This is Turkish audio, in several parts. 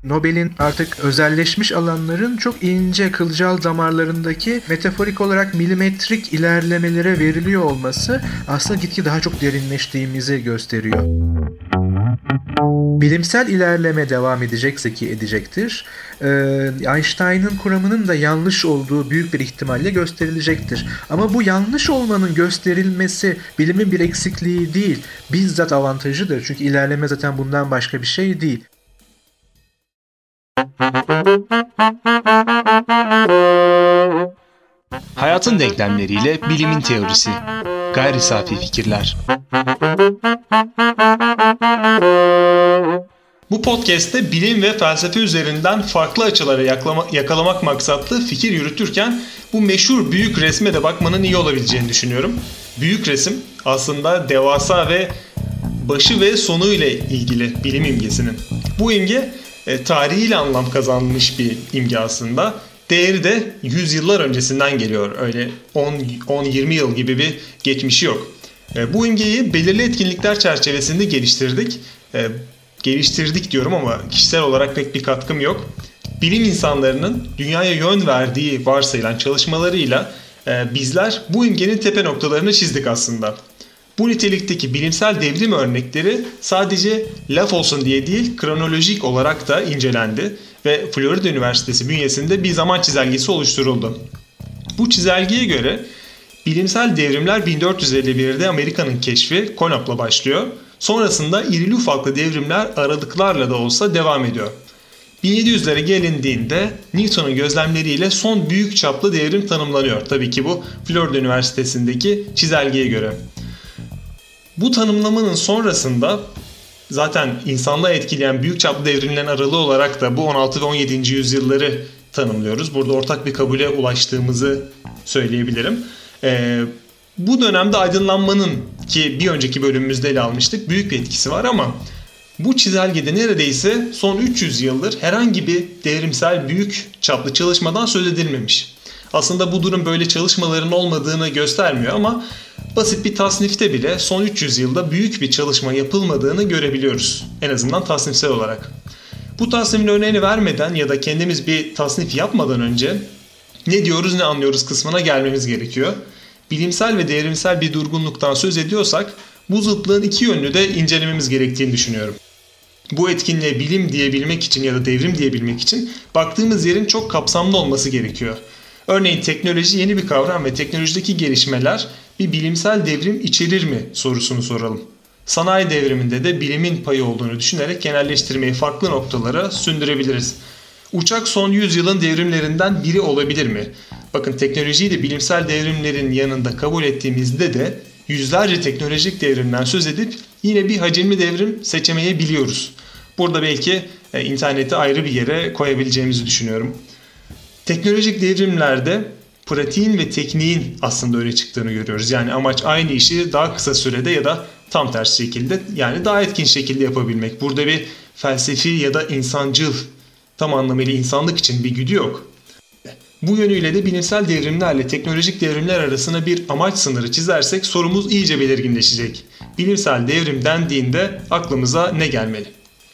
Nobel'in artık özelleşmiş alanların çok ince kılcal damarlarındaki metaforik olarak milimetrik ilerlemelere veriliyor olması aslında gitgide daha çok derinleştiğimizi gösteriyor. Bilimsel ilerleme devam edecekse ki edecektir, Einstein'ın kuramının da yanlış olduğu büyük bir ihtimalle gösterilecektir. Ama bu yanlış olmanın gösterilmesi bilimin bir eksikliği değil, bizzat avantajıdır. Çünkü ilerleme zaten bundan başka bir şey değil. Hayatın denklemleriyle bilimin teorisi. Gayri safi fikirler. Bu podcast'te bilim ve felsefe üzerinden farklı açılara yakalamak maksatlı fikir yürütürken bu meşhur büyük resme de bakmanın iyi olabileceğini düşünüyorum. Büyük resim aslında devasa ve başı ve sonu ile ilgili bilim imgesinin. Bu imge tarihiyle anlam kazanmış bir imge aslında. Değeri de yüzyıllar öncesinden geliyor. Öyle 10-20 yıl gibi bir geçmişi yok. Bu imgeyi belirli etkinlikler çerçevesinde geliştirdik. Geliştirdik diyorum ama kişisel olarak pek bir katkım yok. Bilim insanlarının dünyaya yön verdiği varsayılan çalışmalarıyla bizler bu imgenin tepe noktalarını çizdik aslında. Bu nitelikteki bilimsel devrim örnekleri sadece laf olsun diye değil, kronolojik olarak da incelendi ve Florida Üniversitesi bünyesinde bir zaman çizelgesi oluşturuldu. Bu çizelgeye göre bilimsel devrimler 1451'de Amerika'nın keşfi Kolombo'la başlıyor. Sonrasında irili ufaklı devrimler aralıklarla da olsa devam ediyor. 1700'lere gelindiğinde Newton'un gözlemleriyle son büyük çaplı devrim tanımlanıyor. Tabii ki bu Florida Üniversitesi'ndeki çizelgeye göre. Bu tanımlamanın sonrasında zaten insanlığı etkileyen büyük çaplı devrimlerin aralığı olarak da bu 16 ve 17. yüzyılları tanımlıyoruz. Burada ortak bir kabule ulaştığımızı söyleyebilirim. Bu dönemde aydınlanmanın, ki bir önceki bölümümüzde ele almıştık, büyük bir etkisi var ama bu çizelgede neredeyse son 300 yıldır herhangi bir devrimsel büyük çaplı çalışmadan söz edilmemiş. Aslında bu durum böyle çalışmaların olmadığını göstermiyor ama basit bir tasnifte bile son 300 yılda büyük bir çalışma yapılmadığını görebiliyoruz. En azından tasnifsel olarak. Bu tasnifin örneğini vermeden ya da kendimiz bir tasnif yapmadan önce ne diyoruz ne anlıyoruz kısmına gelmemiz gerekiyor. Bilimsel ve devrimsel bir durgunluktan söz ediyorsak bu zıtlığın iki yönünü de incelememiz gerektiğini düşünüyorum. Bu etkinliğe bilim diyebilmek için ya da devrim diyebilmek için baktığımız yerin çok kapsamlı olması gerekiyor. Örneğin teknoloji yeni bir kavram ve teknolojideki gelişmeler bir bilimsel devrim içerir mi sorusunu soralım. Sanayi devriminde de bilimin payı olduğunu düşünerek genelleştirmeyi farklı noktalara sündürebiliriz. Uçak son yüzyılın devrimlerinden biri olabilir mi? Bakın teknolojiyi de bilimsel devrimlerin yanında kabul ettiğimizde de yüzlerce teknolojik devrimden söz edip yine bir hacimli devrim seçemeyebiliyoruz. Burada belki interneti ayrı bir yere koyabileceğimizi düşünüyorum. Teknolojik devrimlerde pratiğin ve tekniğin aslında öne çıktığını görüyoruz. Yani amaç aynı işi daha kısa sürede ya da tam tersi şekilde, yani daha etkin şekilde yapabilmek. Burada bir felsefi ya da insancıl, tam anlamıyla insanlık için bir güdü yok. Bu yönüyle de bilimsel devrimlerle teknolojik devrimler arasına bir amaç sınırı çizersek sorumuz iyice belirginleşecek. Bilimsel devrim dendiğinde aklımıza ne gelmeli?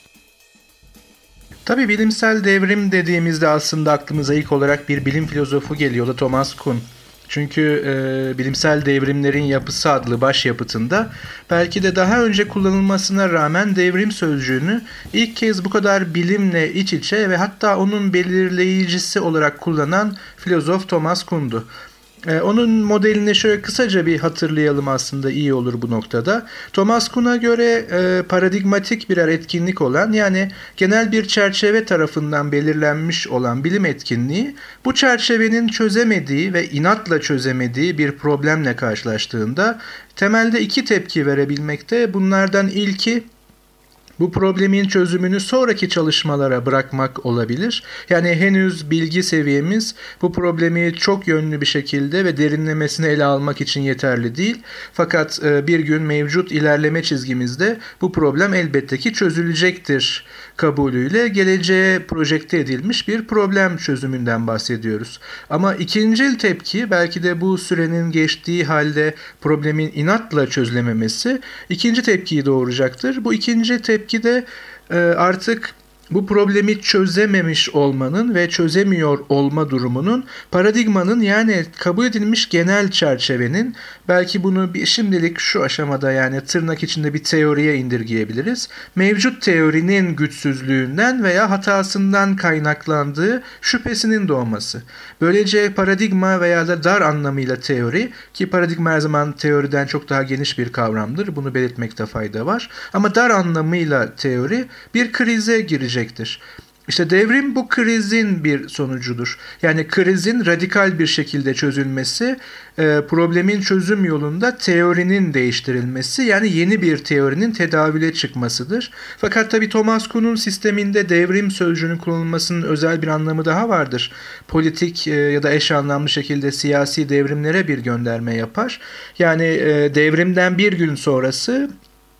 Tabii bilimsel devrim dediğimizde aslında aklımıza ilk olarak bir bilim filozofu geliyor, da Thomas Kuhn. Çünkü Bilimsel Devrimlerin Yapısı adlı başyapıtında belki de daha önce kullanılmasına rağmen devrim sözcüğünü ilk kez bu kadar bilimle iç içe ve hatta onun belirleyicisi olarak kullanan filozof Thomas Kuhn'du. Onun modelini şöyle kısaca bir hatırlayalım, aslında iyi olur bu noktada. Thomas Kuhn'a göre paradigmatik birer etkinlik olan, yani genel bir çerçeve tarafından belirlenmiş olan bilim etkinliği, bu çerçevenin çözemediği ve inatla çözemediği bir problemle karşılaştığında temelde iki tepki verebilmekte. Bunlardan ilki, bu problemin çözümünü sonraki çalışmalara bırakmak olabilir. Yani henüz bilgi seviyemiz bu problemi çok yönlü bir şekilde ve derinlemesine ele almak için yeterli değil. Fakat bir gün mevcut ilerleme çizgimizde bu problem elbette ki çözülecektir kabulüyle geleceğe projekte edilmiş bir problem çözümünden bahsediyoruz. Ama ikincil tepki, belki de bu sürenin geçtiği halde problemin inatla çözülememesi ikinci tepkiyi doğuracaktır. Bu ikinci tepki de artık bu problemi çözememiş olmanın ve çözemiyor olma durumunun paradigmanın, yani kabul edilmiş genel çerçevenin, belki bunu şimdilik şu aşamada, yani tırnak içinde bir teoriye indirgeyebiliriz. Mevcut teorinin güçsüzlüğünden veya hatasından kaynaklandığı şüphesinin doğması. Böylece paradigma veya da dar anlamıyla teori, ki paradigma her zaman teoriden çok daha geniş bir kavramdır, bunu belirtmekte fayda var. Ama dar anlamıyla teori bir krize girecektir. İşte devrim bu krizin bir sonucudur. Yani krizin radikal bir şekilde çözülmesi, problemin çözüm yolunda teorinin değiştirilmesi, yani yeni bir teorinin tedavüle çıkmasıdır. Fakat tabii Thomas Kuhn'un sisteminde devrim sözcüğünün kullanılmasının özel bir anlamı daha vardır. Politik ya da eş anlamlı şekilde siyasi devrimlere bir gönderme yapar. Yani devrimden bir gün sonrası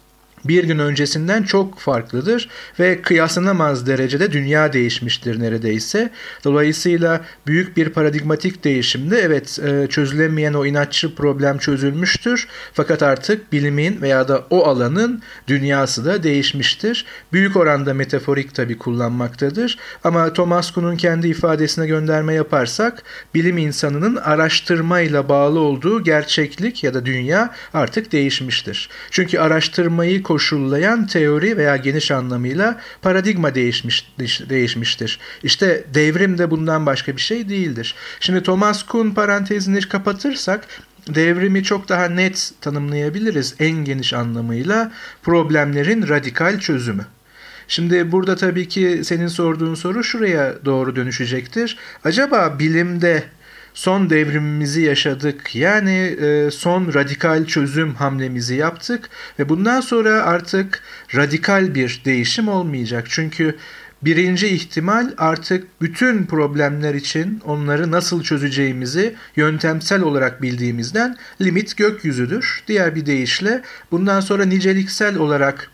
bir gün öncesinden çok farklıdır ve kıyaslanamaz derecede dünya değişmiştir neredeyse. Dolayısıyla büyük bir paradigmatik değişimde evet, çözülemeyen o inatçı problem çözülmüştür. Fakat artık bilimin veya da o alanın dünyası da değişmiştir. Büyük oranda metaforik tabii kullanmaktadır. Ama Thomas Kuhn'un kendi ifadesine gönderme yaparsak, bilim insanının araştırmayla bağlı olduğu gerçeklik ya da dünya artık değişmiştir. Çünkü araştırmayı koşullayan teori veya geniş anlamıyla paradigma değişmiştir. İşte devrim de bundan başka bir şey değildir. Şimdi Thomas Kuhn parantezini kapatırsak, devrimi çok daha net tanımlayabiliriz en geniş anlamıyla: problemlerin radikal çözümü. Şimdi burada tabii ki senin sorduğun soru şuraya doğru dönüşecektir. Acaba bilimde son devrimimizi yaşadık, yani son radikal çözüm hamlemizi yaptık ve bundan sonra artık radikal bir değişim olmayacak. Çünkü birinci ihtimal, artık bütün problemler için onları nasıl çözeceğimizi yöntemsel olarak bildiğimizden limit gökyüzüdür. Diğer bir deyişle bundan sonra niceliksel olarak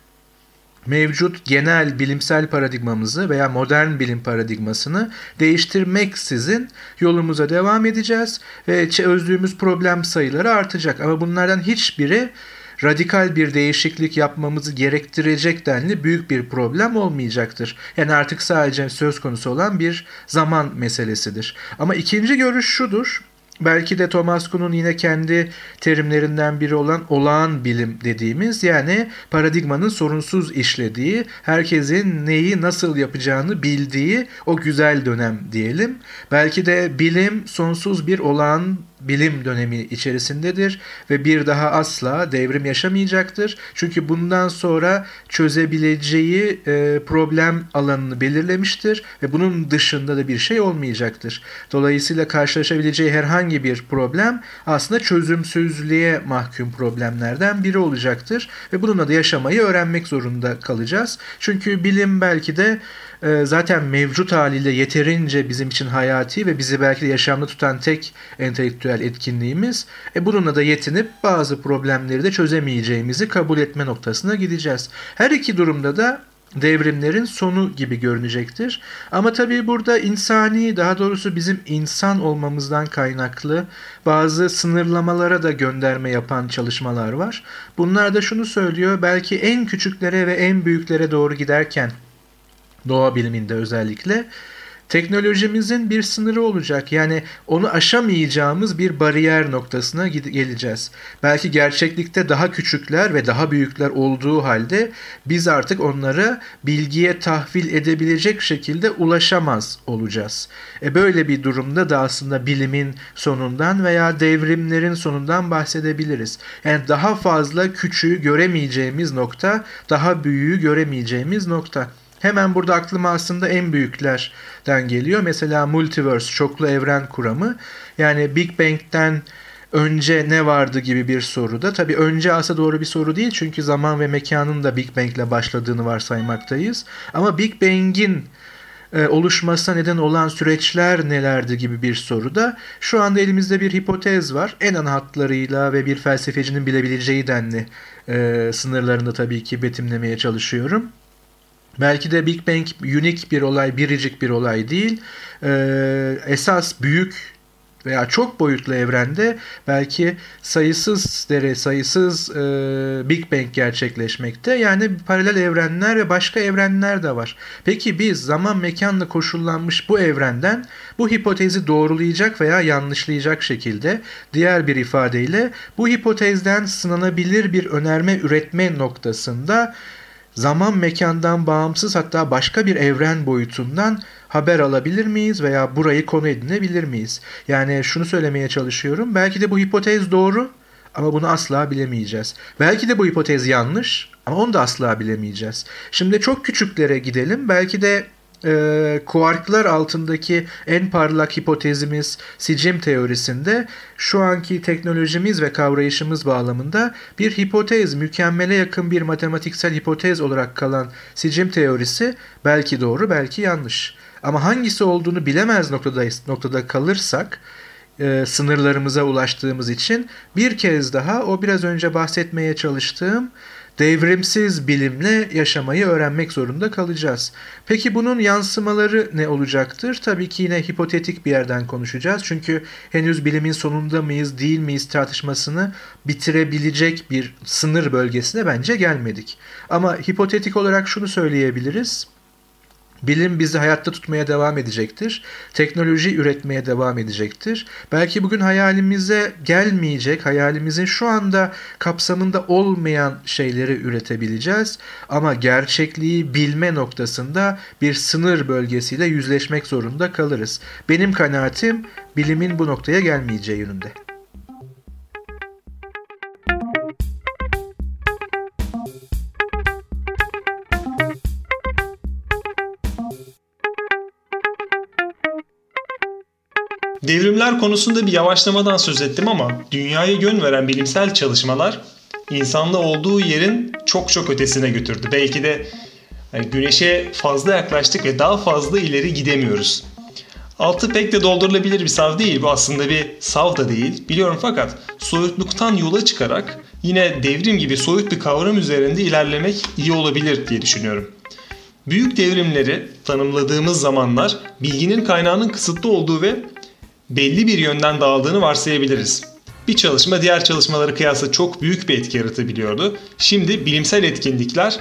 mevcut genel bilimsel paradigmamızı veya modern bilim paradigmasını değiştirmeksizin yolumuza devam edeceğiz ve çözdüğümüz problem sayıları artacak. Ama bunlardan hiçbiri radikal bir değişiklik yapmamızı gerektirecek denli büyük bir problem olmayacaktır. Yani artık sadece söz konusu olan bir zaman meselesidir. Ama ikinci görüş şudur: belki de Thomas Kuhn'un yine kendi terimlerinden biri olan olağan bilim dediğimiz, yani paradigmanın sorunsuz işlediği, herkesin neyi nasıl yapacağını bildiği o güzel dönem diyelim. Belki de bilim sonsuz bir olağan bilim dönemi içerisindedir ve bir daha asla devrim yaşamayacaktır. Çünkü bundan sonra çözebileceği problem alanını belirlemiştir ve bunun dışında da bir şey olmayacaktır. Dolayısıyla karşılaşabileceği herhangi bir problem aslında çözümsüzlüğe mahkum problemlerden biri olacaktır ve bununla da yaşamayı öğrenmek zorunda kalacağız. Çünkü bilim belki de zaten mevcut haliyle yeterince bizim için hayati ve bizi belki de yaşamda tutan tek entelektüel etkinliğimiz. Bununla da yetinip bazı problemleri de çözemeyeceğimizi kabul etme noktasına gideceğiz. Her iki durumda da devrimlerin sonu gibi görünecektir. Ama tabii burada insani, daha doğrusu bizim insan olmamızdan kaynaklı bazı sınırlamalara da gönderme yapan çalışmalar var. Bunlar da şunu söylüyor: belki en küçüklere ve en büyüklere doğru giderken, doğa biliminde özellikle, teknolojimizin bir sınırı olacak. Yani onu aşamayacağımız bir bariyer noktasına geleceğiz. Belki gerçeklikte daha küçükler ve daha büyükler olduğu halde biz artık onlara bilgiye tahvil edebilecek şekilde ulaşamaz olacağız. Böyle bir durumda da aslında bilimin sonundan veya devrimlerin sonundan bahsedebiliriz. Yani daha fazla küçüğü göremeyeceğimiz nokta, daha büyüğü göremeyeceğimiz nokta. Hemen burada aklıma aslında en büyüklerden geliyor. Mesela multiverse, çoklu evren kuramı. Yani Big Bang'den önce ne vardı gibi bir soruda. Tabii önce aslında doğru bir soru değil, çünkü zaman ve mekanın da Big Bang'le başladığını varsaymaktayız. Ama Big Bang'in oluşmasına neden olan süreçler nelerdi gibi bir soruda. Şu anda elimizde bir hipotez var. En ana hatlarıyla ve bir felsefecinin bilebileceği denli sınırlarında tabii ki betimlemeye çalışıyorum. Belki de Big Bang unik bir olay, biricik bir olay değil. Esas büyük veya çok boyutlu evrende belki sayısız Big Bang gerçekleşmekte. Yani paralel evrenler ve başka evrenler de var. Peki biz zaman mekanla koşullanmış bu evrenden bu hipotezi doğrulayacak veya yanlışlayacak şekilde, diğer bir ifadeyle bu hipotezden sınanabilir bir önerme üretme noktasında zaman mekandan bağımsız, hatta başka bir evren boyutundan haber alabilir miyiz veya burayı konu edinebilir miyiz? Yani şunu söylemeye çalışıyorum. Belki de bu hipotez doğru ama bunu asla bilemeyeceğiz. Belki de bu hipotez yanlış ama onu da asla bilemeyeceğiz. Şimdi çok küçüklere gidelim. Belki de kuarklar altındaki en parlak hipotezimiz sicim teorisinde şu anki teknolojimiz ve kavrayışımız bağlamında bir hipotez, mükemmele yakın bir matematiksel hipotez olarak kalan sicim teorisi belki doğru, belki yanlış. Ama hangisi olduğunu bilemez noktada kalırsak, sınırlarımıza ulaştığımız için bir kez daha o biraz önce bahsetmeye çalıştığım devrimsiz bilimle yaşamayı öğrenmek zorunda kalacağız. Peki bunun yansımaları ne olacaktır? Tabii ki yine hipotetik bir yerden konuşacağız. Çünkü henüz bilimin sonunda mıyız, değil miyiz tartışmasını bitirebilecek bir sınır bölgesine bence gelmedik. Ama hipotetik olarak şunu söyleyebiliriz. Bilim bizi hayatta tutmaya devam edecektir. Teknoloji üretmeye devam edecektir. Belki bugün hayalimize gelmeyecek, hayalimizin şu anda kapsamında olmayan şeyleri üretebileceğiz. Ama gerçekliği bilme noktasında bir sınır bölgesiyle yüzleşmek zorunda kalırız. Benim kanaatim bilimin bu noktaya gelmeyeceği yönünde. Devrimler konusunda bir yavaşlamadan söz ettim ama dünyaya yön veren bilimsel çalışmalar insanlı olduğu yerin çok çok ötesine götürdü. Belki de güneşe fazla yaklaştık ve daha fazla ileri gidemiyoruz. Altı pek de doldurulabilir bir sav değil. Bu aslında bir sav da değil. Biliyorum, fakat soyutluktan yola çıkarak yine devrim gibi soyut bir kavram üzerinde ilerlemek iyi olabilir diye düşünüyorum. Büyük devrimleri tanımladığımız zamanlar bilginin kaynağının kısıtlı olduğu ve belli bir yönden dağıldığını varsayabiliriz. Bir çalışma diğer çalışmalara kıyasla çok büyük bir etki yaratabiliyordu. Şimdi bilimsel etkinlikler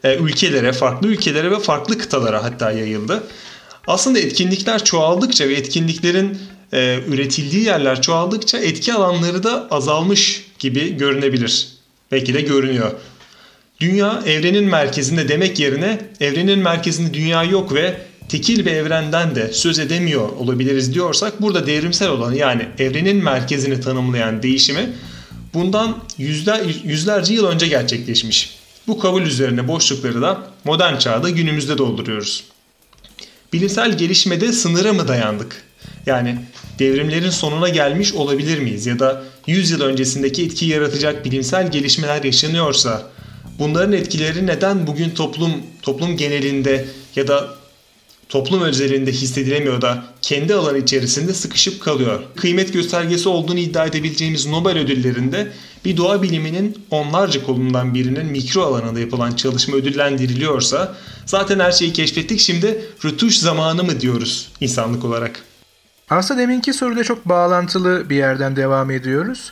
farklı ülkelere ve farklı kıtalara hatta yayıldı. Aslında etkinlikler çoğaldıkça ve etkinliklerin üretildiği yerler çoğaldıkça etki alanları da azalmış gibi görünebilir. Belki de görünüyor. Dünya evrenin merkezinde demek yerine evrenin merkezinde dünya yok ve tekil bir evrenden de söz edemiyor olabiliriz diyorsak, burada devrimsel olanı, yani evrenin merkezini tanımlayan değişimi bundan yüzlerce yıl önce gerçekleşmiş. Bu kabul üzerine boşlukları da modern çağda günümüzde dolduruyoruz. Bilimsel gelişmede sınıra mı dayandık? Yani devrimlerin sonuna gelmiş olabilir miyiz? Ya da 100 yıl öncesindeki etki yaratacak bilimsel gelişmeler yaşanıyorsa bunların etkileri neden bugün toplum genelinde ya da toplum özelinde hissedilemiyor da kendi alanı içerisinde sıkışıp kalıyor? Kıymet göstergesi olduğunu iddia edebileceğimiz Nobel ödüllerinde bir doğa biliminin onlarca kolundan birinin mikro alanında yapılan çalışma ödüllendiriliyorsa zaten her şeyi keşfettik, şimdi rötuş zamanı mı diyoruz insanlık olarak? Aslında deminki soruda çok bağlantılı bir yerden devam ediyoruz.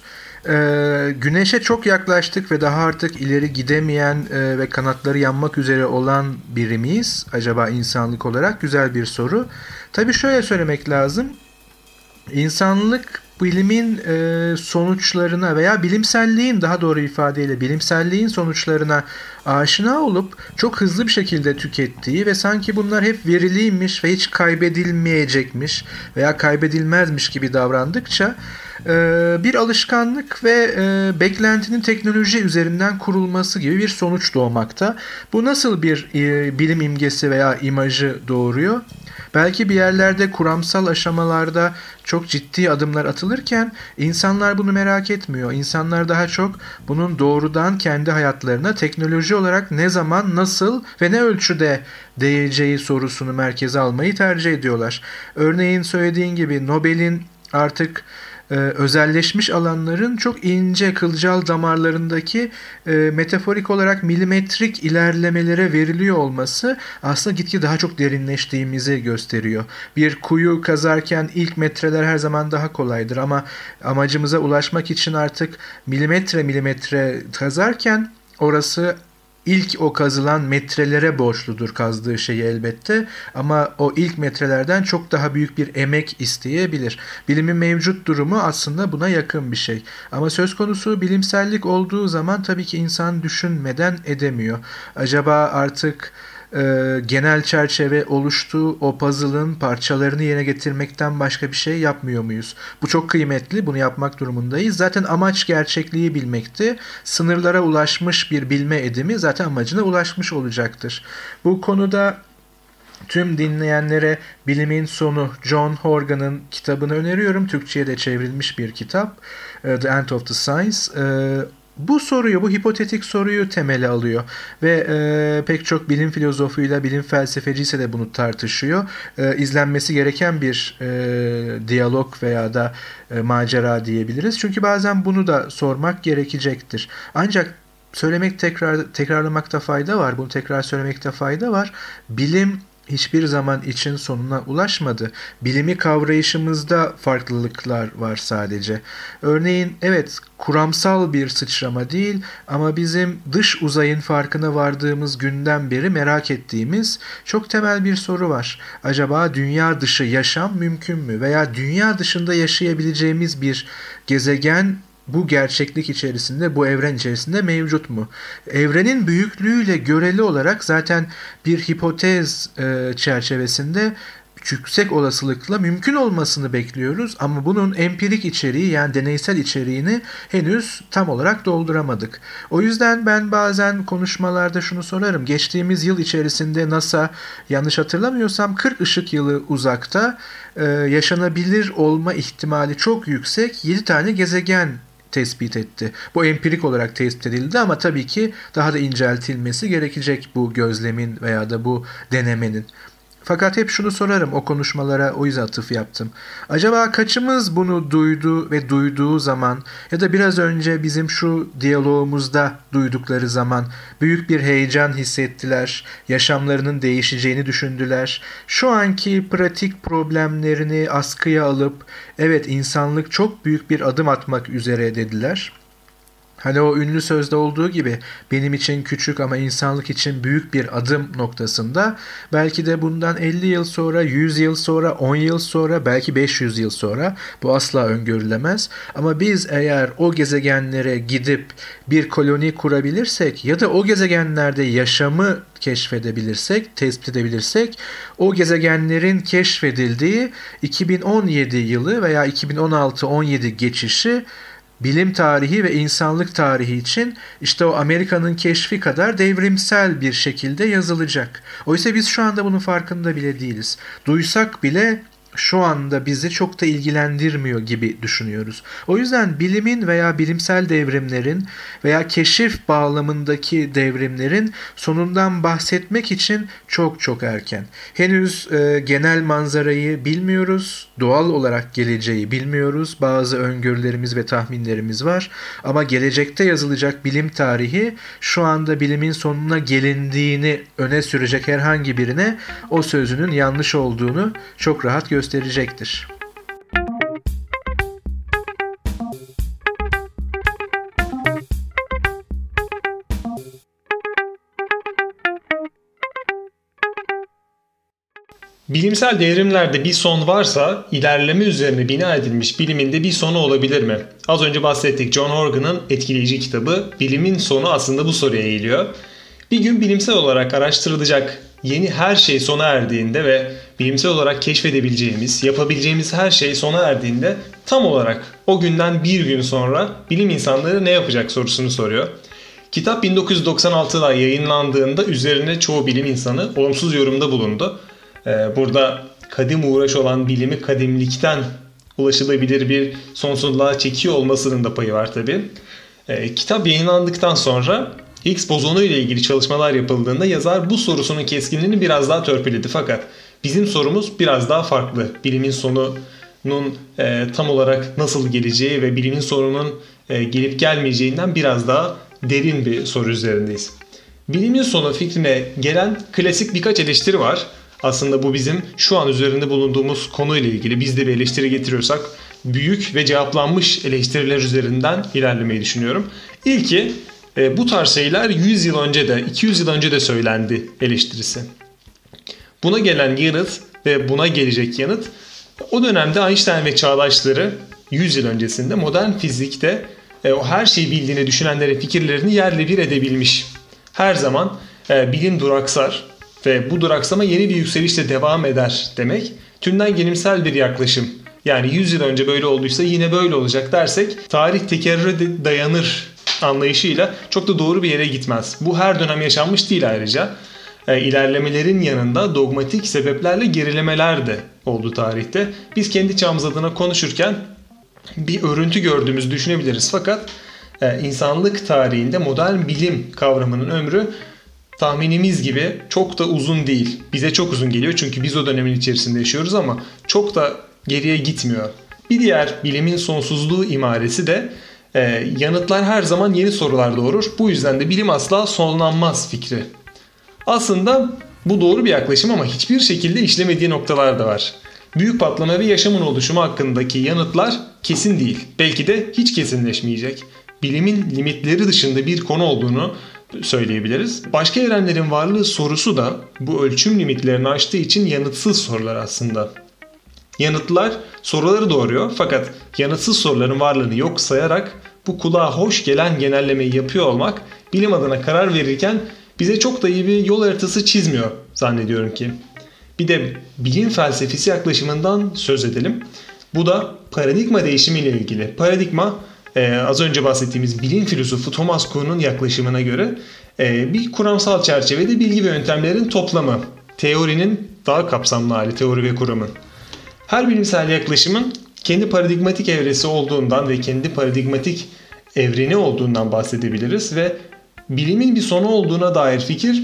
Güneşe çok yaklaştık ve daha artık ileri gidemeyen ve kanatları yanmak üzere olan biri miyiz acaba insanlık olarak? Güzel bir soru. Tabii şöyle söylemek lazım. İnsanlık bilimin sonuçlarına veya bilimselliğin, daha doğru ifadeyle bilimselliğin sonuçlarına aşina olup çok hızlı bir şekilde tükettiği ve sanki bunlar hep veriliymiş ve hiç kaybedilmeyecekmiş veya kaybedilmezmiş gibi davrandıkça bir alışkanlık ve beklentinin teknoloji üzerinden kurulması gibi bir sonuç doğmakta. Bu nasıl bir bilim imgesi veya imajı doğuruyor? Belki bir yerlerde kuramsal aşamalarda çok ciddi adımlar atılırken insanlar bunu merak etmiyor. İnsanlar daha çok bunun doğrudan kendi hayatlarına teknoloji olarak ne zaman, nasıl ve ne ölçüde değeceği sorusunu merkeze almayı tercih ediyorlar. Örneğin söylediğin gibi Nobel'in artık özelleşmiş alanların çok ince kılcal damarlarındaki metaforik olarak milimetrik ilerlemelere veriliyor olması aslında gitgide daha çok derinleştiğimizi gösteriyor. Bir kuyu kazarken ilk metreler her zaman daha kolaydır ama amacımıza ulaşmak için artık milimetre milimetre kazarken orası İlk o kazılan metrelere borçludur kazdığı şeyi elbette ama o ilk metrelerden çok daha büyük bir emek isteyebilir. Bilimin mevcut durumu aslında buna yakın bir şey. Ama söz konusu bilimsellik olduğu zaman tabii ki insan düşünmeden edemiyor. Acaba artık genel çerçeve oluştu, o puzzle'ın parçalarını yerine getirmekten başka bir şey yapmıyor muyuz? Bu çok kıymetli, bunu yapmak durumundayız. Zaten amaç gerçekliği bilmekti. Sınırlara ulaşmış bir bilme edimi zaten amacına ulaşmış olacaktır. Bu konuda tüm dinleyenlere Bilimin Sonu John Horgan'ın kitabını öneriyorum. Türkçe'ye de çevrilmiş bir kitap. The End of the Science. Bu soruyu, bu hipotetik soruyu temele alıyor ve pek çok bilim filozofuyla, bilim felsefecisi de bunu tartışıyor. İzlenmesi gereken bir diyalog veya da macera diyebiliriz. Çünkü bazen bunu da sormak gerekecektir. Ancak tekrarlamakta fayda var. Bunu tekrar söylemekte fayda var. Bilim hiçbir zaman için sonuna ulaşmadı. Bilimi kavrayışımızda farklılıklar var sadece. Örneğin evet kuramsal bir sıçrama değil ama bizim dış uzayın farkına vardığımız günden beri merak ettiğimiz çok temel bir soru var. Acaba dünya dışı yaşam mümkün mü? Veya dünya dışında yaşayabileceğimiz bir gezegen bu gerçeklik içerisinde, bu evren içerisinde mevcut mu? Evrenin büyüklüğüyle göreli olarak zaten bir hipotez çerçevesinde yüksek olasılıkla mümkün olmasını bekliyoruz ama bunun empirik içeriği yani deneysel içeriğini henüz tam olarak dolduramadık. O yüzden ben bazen konuşmalarda şunu sorarım. Geçtiğimiz yıl içerisinde NASA yanlış hatırlamıyorsam 40 ışık yılı uzakta yaşanabilir olma ihtimali çok yüksek 7 tane gezegen tespit etti. Bu empirik olarak tespit edildi ama tabii ki daha da inceltilmesi gerekecek bu gözlemin veya da bu denemenin. Fakat hep şunu sorarım o konuşmalara o yüzden atıf yaptım. Acaba kaçımız bunu duydu ve duyduğu zaman ya da biraz önce bizim şu diyalogumuzda duydukları zaman büyük bir heyecan hissettiler, yaşamlarının değişeceğini düşündüler. Şu anki pratik problemlerini askıya alıp evet insanlık çok büyük bir adım atmak üzere dediler. Hani o ünlü sözde olduğu gibi benim için küçük ama insanlık için büyük bir adım noktasında belki de bundan 50 yıl sonra, 100 yıl sonra, 10 yıl sonra, belki 500 yıl sonra bu asla öngörülemez. Ama biz eğer o gezegenlere gidip bir koloni kurabilirsek ya da o gezegenlerde yaşamı keşfedebilirsek, tespit edebilirsek o gezegenlerin keşfedildiği 2017 yılı veya 2016-17 geçişi bilim tarihi ve insanlık tarihi için işte o Amerika'nın keşfi kadar devrimsel bir şekilde yazılacak. Oysa biz şu anda bunun farkında bile değiliz. Duysak bile şu anda bizi çok da ilgilendirmiyor gibi düşünüyoruz. O yüzden bilimin veya bilimsel devrimlerin veya keşif bağlamındaki devrimlerin sonundan bahsetmek için çok çok erken. Henüz genel manzarayı bilmiyoruz, doğal olarak geleceği bilmiyoruz. Bazı öngörülerimiz ve tahminlerimiz var ama gelecekte yazılacak bilim tarihi şu anda bilimin sonuna gelindiğini öne sürecek herhangi birine o sözünün yanlış olduğunu çok rahat gösterecektir. Bilimsel devrimlerde bir son varsa ilerleme üzerine bina edilmiş bilimin de bir sonu olabilir mi? Az önce bahsettik, John Horgan'ın etkileyici kitabı Bilimin Sonu aslında bu soruya eğiliyor. Bir gün bilimsel olarak araştırılacak yeni her şey sona erdiğinde ve bilimsel olarak keşfedebileceğimiz, yapabileceğimiz her şey sona erdiğinde tam olarak o günden bir gün sonra bilim insanları ne yapacak sorusunu soruyor. Kitap 1996'da yayınlandığında üzerine çoğu bilim insanı olumsuz yorumda bulundu. Burada kadim uğraş olan bilimi kadimlikten ulaşılabilir bir sonsuzluğa çekiyor olmasının da payı var tabii. Kitap yayınlandıktan sonra Higgs bozonu ile ilgili çalışmalar yapıldığında yazar bu sorusunun keskinliğini biraz daha törpüledi. Fakat bizim sorumuz biraz daha farklı. Bilimin sonu tam olarak nasıl geleceği ve bilimin sonunun gelip gelmeyeceğinden biraz daha derin bir soru üzerindeyiz. Bilimin sonu fikrine gelen klasik birkaç eleştiri var. Aslında bu bizim şu an üzerinde bulunduğumuz konuyla ilgili biz de bir eleştiri getiriyorsak büyük ve cevaplanmış eleştiriler üzerinden ilerlemeyi düşünüyorum. İlki bu tarz şeyler 100 yıl önce de 200 yıl önce de söylendi eleştirisi. Buna gelen yanıt ve buna gelecek yanıt o dönemde Einstein ve çağdaşları 100 yıl öncesinde modern fizikte o her şeyi bildiğini düşünenlerin fikirlerini yerle bir edebilmiş. Her zaman bilim duraksar ve bu duraksama yeni bir yükselişle devam eder demek tümden gelimsel bir yaklaşım. Yani 100 yıl önce böyle olduysa yine böyle olacak dersek tarih tekerrüre dayanır anlayışıyla çok da doğru bir yere gitmez. Bu her dönem yaşanmış değil ayrıca. İlerlemelerin yanında dogmatik sebeplerle gerilemeler de oldu tarihte. Biz kendi çağımız adına konuşurken bir örüntü gördüğümüzü düşünebiliriz. Fakat insanlık tarihinde modern bilim kavramının ömrü tahminimiz gibi çok da uzun değil. Bize çok uzun geliyor çünkü biz o dönemin içerisinde yaşıyoruz ama çok da geriye gitmiyor. Bir diğer bilimin sonsuzluğu imaresi de yanıtlar her zaman yeni sorular doğurur. Bu yüzden de bilim asla sonlanmaz fikri. Aslında bu doğru bir yaklaşım ama hiçbir şekilde işlemediği noktalar da var. Büyük patlama ve yaşamın oluşumu hakkındaki yanıtlar kesin değil. Belki de hiç kesinleşmeyecek. Bilimin limitleri dışında bir konu olduğunu söyleyebiliriz. Başka evrenlerin varlığı sorusu da bu ölçüm limitlerini aştığı için yanıtsız sorular aslında. Yanıtlar soruları doğuruyor fakat yanıtsız soruların varlığını yok sayarak bu kulağa hoş gelen genellemeyi yapıyor olmak bilim adına karar verirken bize çok da iyi bir yol haritası çizmiyor zannediyorum ki. Bir de bilim felsefesi yaklaşımından söz edelim. Bu da paradigma değişimiyle ilgili. Paradigma az önce bahsettiğimiz bilim filozofu Thomas Kuhn'un yaklaşımına göre bir kuramsal çerçevede bilgi ve yöntemlerin toplamı. Teorinin daha kapsamlı hali, teori ve kuramın. Her bilimsel yaklaşımın kendi paradigmatik evresi olduğundan ve kendi paradigmatik evreni olduğundan bahsedebiliriz ve bilimin bir sonu olduğuna dair fikir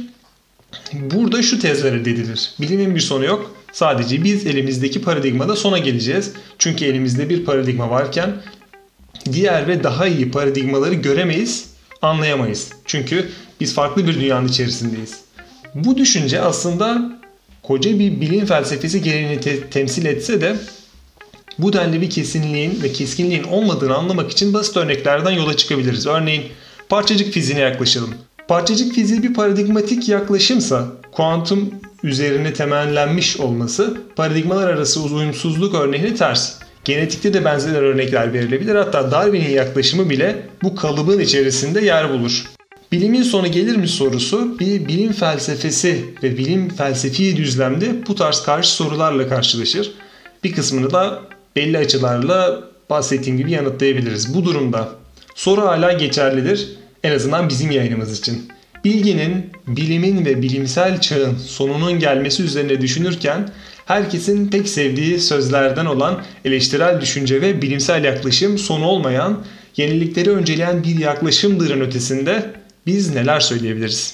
burada şu tezler reddedilir. Bilimin bir sonu yok. Sadece biz elimizdeki paradigmada sona geleceğiz. Çünkü elimizde bir paradigma varken diğer ve daha iyi paradigmaları göremeyiz, anlayamayız. Çünkü biz farklı bir dünyanın içerisindeyiz. Bu düşünce aslında koca bir bilim felsefesi geleneğini temsil etse de bu denli bir kesinliğin ve keskinliğin olmadığını anlamak için basit örneklerden yola çıkabiliriz. Örneğin parçacık fiziğine yaklaşalım. Parçacık fiziği bir paradigmatik yaklaşımsa kuantum üzerine temellenmiş olması paradigmalar arası uyumsuzluk örneğine ters. Genetikte de benzer örnekler verilebilir. Hatta Darwin'in yaklaşımı bile bu kalıbın içerisinde yer bulur. Bilimin sonu gelir mi sorusu bir bilim felsefesi ve bilim felsefi düzlemde bu tarz karşı sorularla karşılaşır. Bir kısmını da belli açılarla bahsettiğim gibi yanıtlayabiliriz. Bu durumda soru hala geçerlidir. En azından bizim yayınımız için. Bilginin, bilimin ve bilimsel çağın sonunun gelmesi üzerine düşünürken herkesin pek sevdiği sözlerden olan eleştirel düşünce ve bilimsel yaklaşım sonu olmayan, yenilikleri önceleyen bir yaklaşımdırın ötesinde biz neler söyleyebiliriz?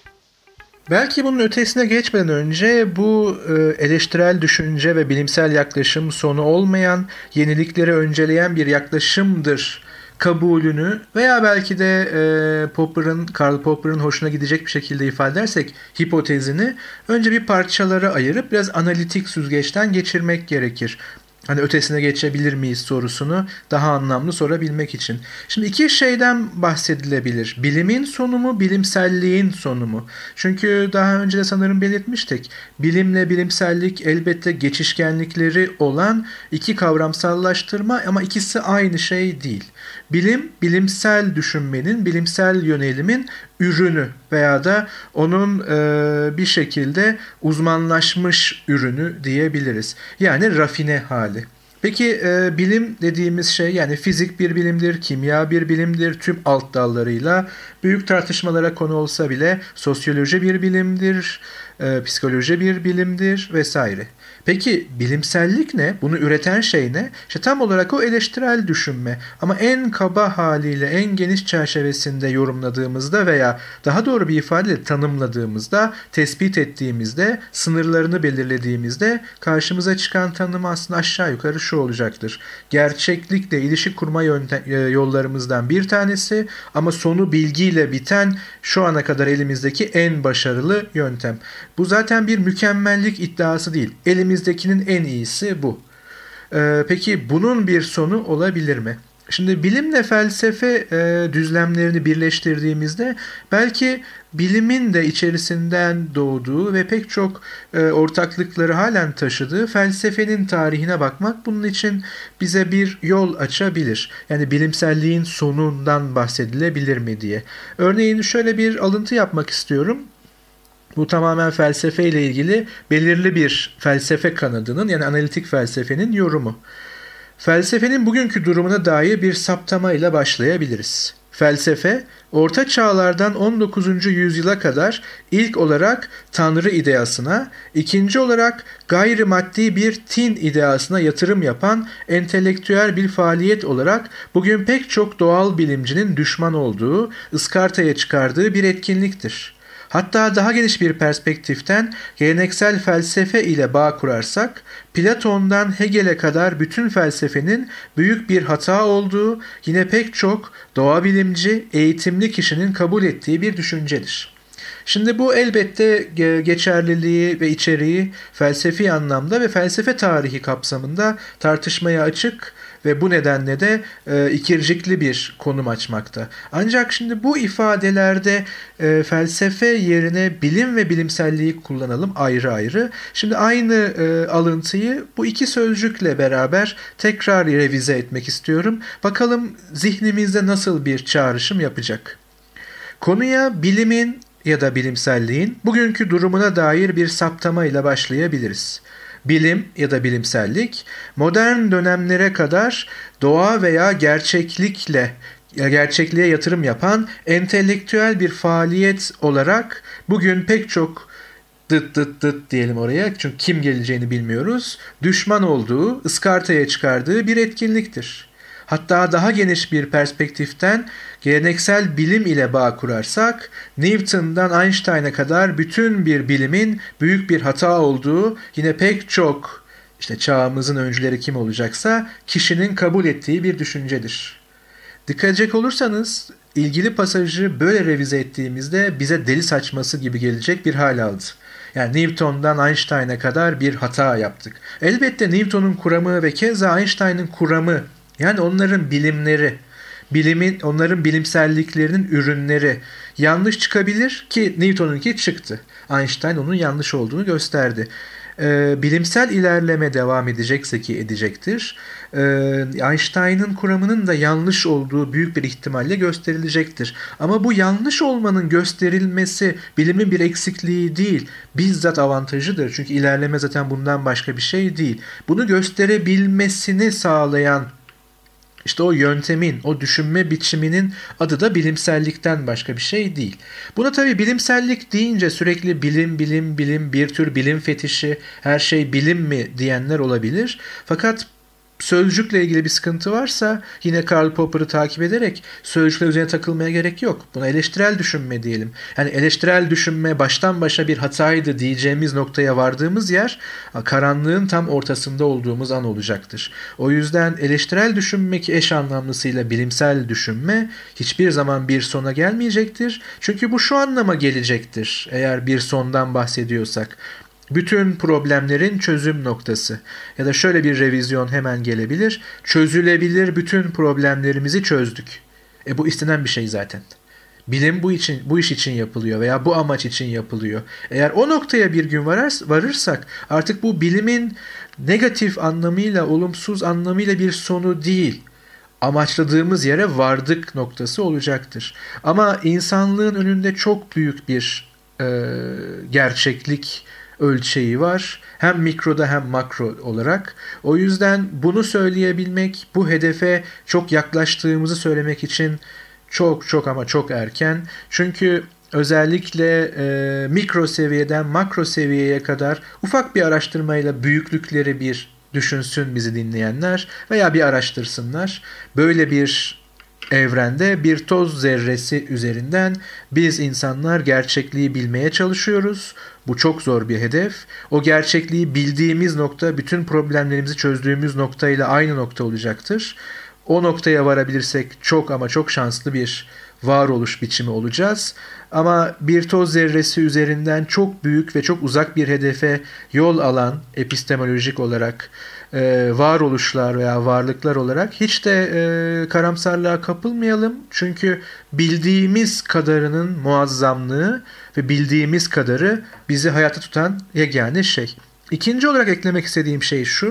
Belki bunun ötesine geçmeden önce bu eleştirel düşünce ve bilimsel yaklaşım sonu olmayan, yenilikleri önceleyen bir yaklaşımdır kabulünü veya belki de Karl Popper'ın hoşuna gidecek bir şekilde ifade edersek hipotezini önce bir parçalara ayırıp biraz analitik süzgeçten geçirmek gerekir. Hani ötesine geçebilir miyiz sorusunu daha anlamlı sorabilmek için. Şimdi iki şeyden bahsedilebilir. Bilimin sonu mu, bilimselliğin sonu mu? Çünkü daha önce de sanırım belirtmiştik. Bilimle bilimsellik elbette geçişkenlikleri olan iki kavramsallaştırma ama ikisi aynı şey değil. Bilim, bilimsel düşünmenin, bilimsel yönelimin ürünü veya da onun bir şekilde uzmanlaşmış ürünü diyebiliriz. Yani rafine hali. Peki bilim dediğimiz şey yani fizik bir bilimdir, kimya bir bilimdir, tüm alt dallarıyla büyük tartışmalara konu olsa bile sosyoloji bir bilimdir, psikoloji bir bilimdir vesaire. Peki bilimsellik ne? Bunu üreten şey ne? İşte tam olarak o eleştirel düşünme. Ama en kaba haliyle en geniş çerçevesinde yorumladığımızda veya daha doğru bir ifadeyle tanımladığımızda, tespit ettiğimizde, sınırlarını belirlediğimizde karşımıza çıkan tanım aslında aşağı yukarı şu olacaktır. Gerçeklikle ilişki kurma yollarımızdan bir tanesi ama sonu bilgiyle biten şu ana kadar elimizdeki en başarılı yöntem. Bu zaten bir mükemmellik iddiası değil. Elimizdekinin en iyisi bu. Peki bunun bir sonu olabilir mi? Şimdi bilimle felsefe düzlemlerini birleştirdiğimizde belki bilimin de içerisinden doğduğu ve pek çok ortaklıkları halen taşıdığı felsefenin tarihine bakmak bunun için bize bir yol açabilir. Yani bilimselliğin sonundan bahsedilebilir mi diye. Örneğin şöyle bir alıntı yapmak istiyorum. Bu tamamen felsefe ile ilgili belirli bir felsefe kanadının yani analitik felsefenin yorumu. Felsefenin bugünkü durumuna dair bir saptamayla başlayabiliriz. Felsefe, Orta Çağlardan 19. yüzyıla kadar ilk olarak Tanrı ideasına, ikinci olarak gayrimaddi bir tin ideasına yatırım yapan entelektüel bir faaliyet olarak bugün pek çok doğal bilimcinin düşman olduğu, ıskartaya çıkardığı bir etkinliktir. Hatta daha geniş bir perspektiften geleneksel felsefe ile bağ kurarsak, Platon'dan Hegel'e kadar bütün felsefenin büyük bir hata olduğu yine pek çok doğa bilimci, eğitimli kişinin kabul ettiği bir düşüncedir. Şimdi bu elbette geçerliliği ve içeriği felsefi anlamda ve felsefe tarihi kapsamında tartışmaya açık ve bu nedenle de ikircikli bir konum açmakta. Ancak şimdi bu ifadelerde felsefe yerine bilim ve bilimselliği kullanalım ayrı ayrı. Şimdi aynı alıntıyı bu iki sözcükle beraber tekrar revize etmek istiyorum. Bakalım zihnimizde nasıl bir çağrışım yapacak. Konuya bilimin ya da bilimselliğin bugünkü durumuna dair bir saptama ile başlayabiliriz. Bilim ya da bilimsellik modern dönemlere kadar doğa veya gerçekliğe yatırım yapan entelektüel bir faaliyet olarak bugün pek çok diyelim oraya çünkü kim geleceğini bilmiyoruz, düşman olduğu, ıskartaya çıkardığı bir etkinliktir. Hatta daha geniş bir perspektiften geleneksel bilim ile bağ kurarsak, Newton'dan Einstein'a kadar bütün bir bilimin büyük bir hata olduğu, yine pek çok çağımızın öncüleri kim olacaksa kişinin kabul ettiği bir düşüncedir. Dikkat edecek olursanız ilgili pasajı böyle revize ettiğimizde bize deli saçması gibi gelecek bir hal aldı. Yani Newton'dan Einstein'a kadar bir hata yaptık. Elbette Newton'un kuramı ve keza Einstein'ın kuramı, yani onların bilimleri, onların bilimselliklerinin ürünleri yanlış çıkabilir ki Newton'unki çıktı. Einstein onun yanlış olduğunu gösterdi. Bilimsel ilerleme devam edecekse ki edecektir. Einstein'ın kuramının da yanlış olduğu büyük bir ihtimalle gösterilecektir. Ama bu yanlış olmanın gösterilmesi bilimin bir eksikliği değil, bizzat avantajıdır. Çünkü ilerleme zaten bundan başka bir şey değil. Bunu gösterebilmesini sağlayan o yöntemin, o düşünme biçiminin adı da bilimsellikten başka bir şey değil. Buna tabii bilimsellik deyince sürekli bilim, bir tür bilim fetişi, her şey bilim mi diyenler olabilir. Fakat sözcükle ilgili bir sıkıntı varsa yine Karl Popper'ı takip ederek sözcükler üzerine takılmaya gerek yok. Buna eleştirel düşünme diyelim. Yani eleştirel düşünme baştan başa bir hataydı diyeceğimiz noktaya vardığımız yer karanlığın tam ortasında olduğumuz an olacaktır. O yüzden eleştirel düşünme ki eş anlamlısıyla bilimsel düşünme hiçbir zaman bir sona gelmeyecektir. Çünkü bu şu anlama gelecektir eğer bir sondan bahsediyorsak. Bütün problemlerin çözüm noktası. Ya da şöyle bir revizyon hemen gelebilir. Çözülebilir bütün problemlerimizi çözdük. Bu istenen bir şey zaten. Bilim bu iş için yapılıyor veya bu amaç için yapılıyor. Eğer o noktaya bir gün varırsak artık bu bilimin negatif anlamıyla, olumsuz anlamıyla bir sonu değil. Amaçladığımız yere vardık noktası olacaktır. Ama insanlığın önünde çok büyük bir gerçeklik ölçeği var. Hem mikroda hem makro olarak. O yüzden bunu söyleyebilmek, bu hedefe çok yaklaştığımızı söylemek için çok ama çok erken. Çünkü özellikle mikro seviyeden makro seviyeye kadar ufak bir araştırmayla büyüklükleri bir düşünsün bizi dinleyenler veya bir araştırsınlar. Böyle bir Evrende bir toz zerresi üzerinden biz insanlar gerçekliği bilmeye çalışıyoruz. Bu çok zor bir hedef. O gerçekliği bildiğimiz nokta bütün problemlerimizi çözdüğümüz noktayla aynı nokta olacaktır. O noktaya varabilirsek çok ama çok şanslı bir varoluş biçimi olacağız. Ama bir toz zerresi üzerinden çok büyük ve çok uzak bir hedefe yol alan epistemolojik olarak varoluşlar veya varlıklar olarak hiç de karamsarlığa kapılmayalım. Çünkü bildiğimiz kadarının muazzamlığı ve bildiğimiz kadarı bizi hayatta tutan yegane şey. İkinci olarak eklemek istediğim şey şu.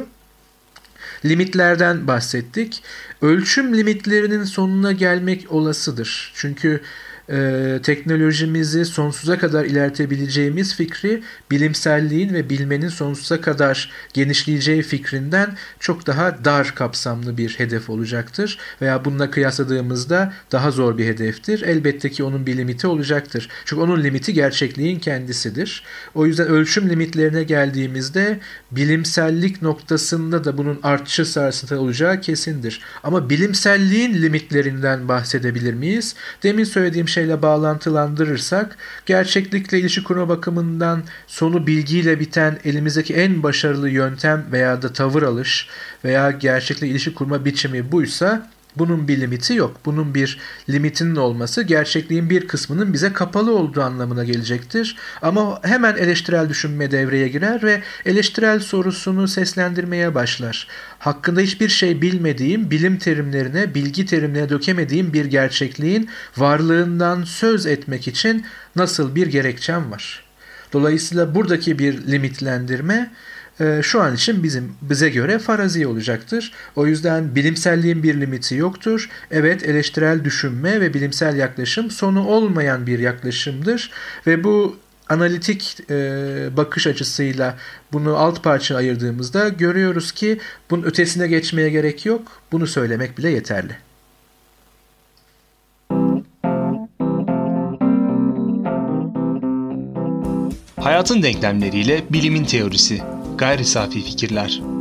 Limitlerden bahsettik. Ölçüm limitlerinin sonuna gelmek olasıdır. Çünkü teknolojimizi sonsuza kadar ilerletebileceğimiz fikri bilimselliğin ve bilmenin sonsuza kadar genişleyeceği fikrinden çok daha dar kapsamlı bir hedef olacaktır. Veya bununla kıyasladığımızda daha zor bir hedeftir. Elbette ki onun bir limiti olacaktır. Çünkü onun limiti gerçekliğin kendisidir. O yüzden ölçüm limitlerine geldiğimizde bilimsellik noktasında da bunun artçı sarsıntı olacağı kesindir. Ama bilimselliğin limitlerinden bahsedebilir miyiz? Demin söylediğim şeyle bağlantılandırırsak, gerçeklikle ilişki kurma bakımından sonu bilgiyle biten elimizdeki en başarılı yöntem veya da tavır alış veya gerçekle ilişki kurma biçimi buysa, bunun bir limiti yok. Bunun bir limitinin olması gerçekliğin bir kısmının bize kapalı olduğu anlamına gelecektir. Ama hemen eleştirel düşünme devreye girer ve eleştirel sorusunu seslendirmeye başlar. Hakkında hiçbir şey bilmediğim, bilim terimlerine, bilgi terimlerine dökemediğim bir gerçekliğin varlığından söz etmek için nasıl bir gerekçem var? Dolayısıyla buradaki bir limitlendirme şu an için bize göre farazi olacaktır. O yüzden bilimselliğin bir limiti yoktur. Evet, eleştirel düşünme ve bilimsel yaklaşım sonu olmayan bir yaklaşımdır ve bu analitik bakış açısıyla bunu alt parça ayırdığımızda görüyoruz ki bunun ötesine geçmeye gerek yok. Bunu söylemek bile yeterli. Hayatın denklemleriyle bilimin teorisi. Gayri safi fikirler.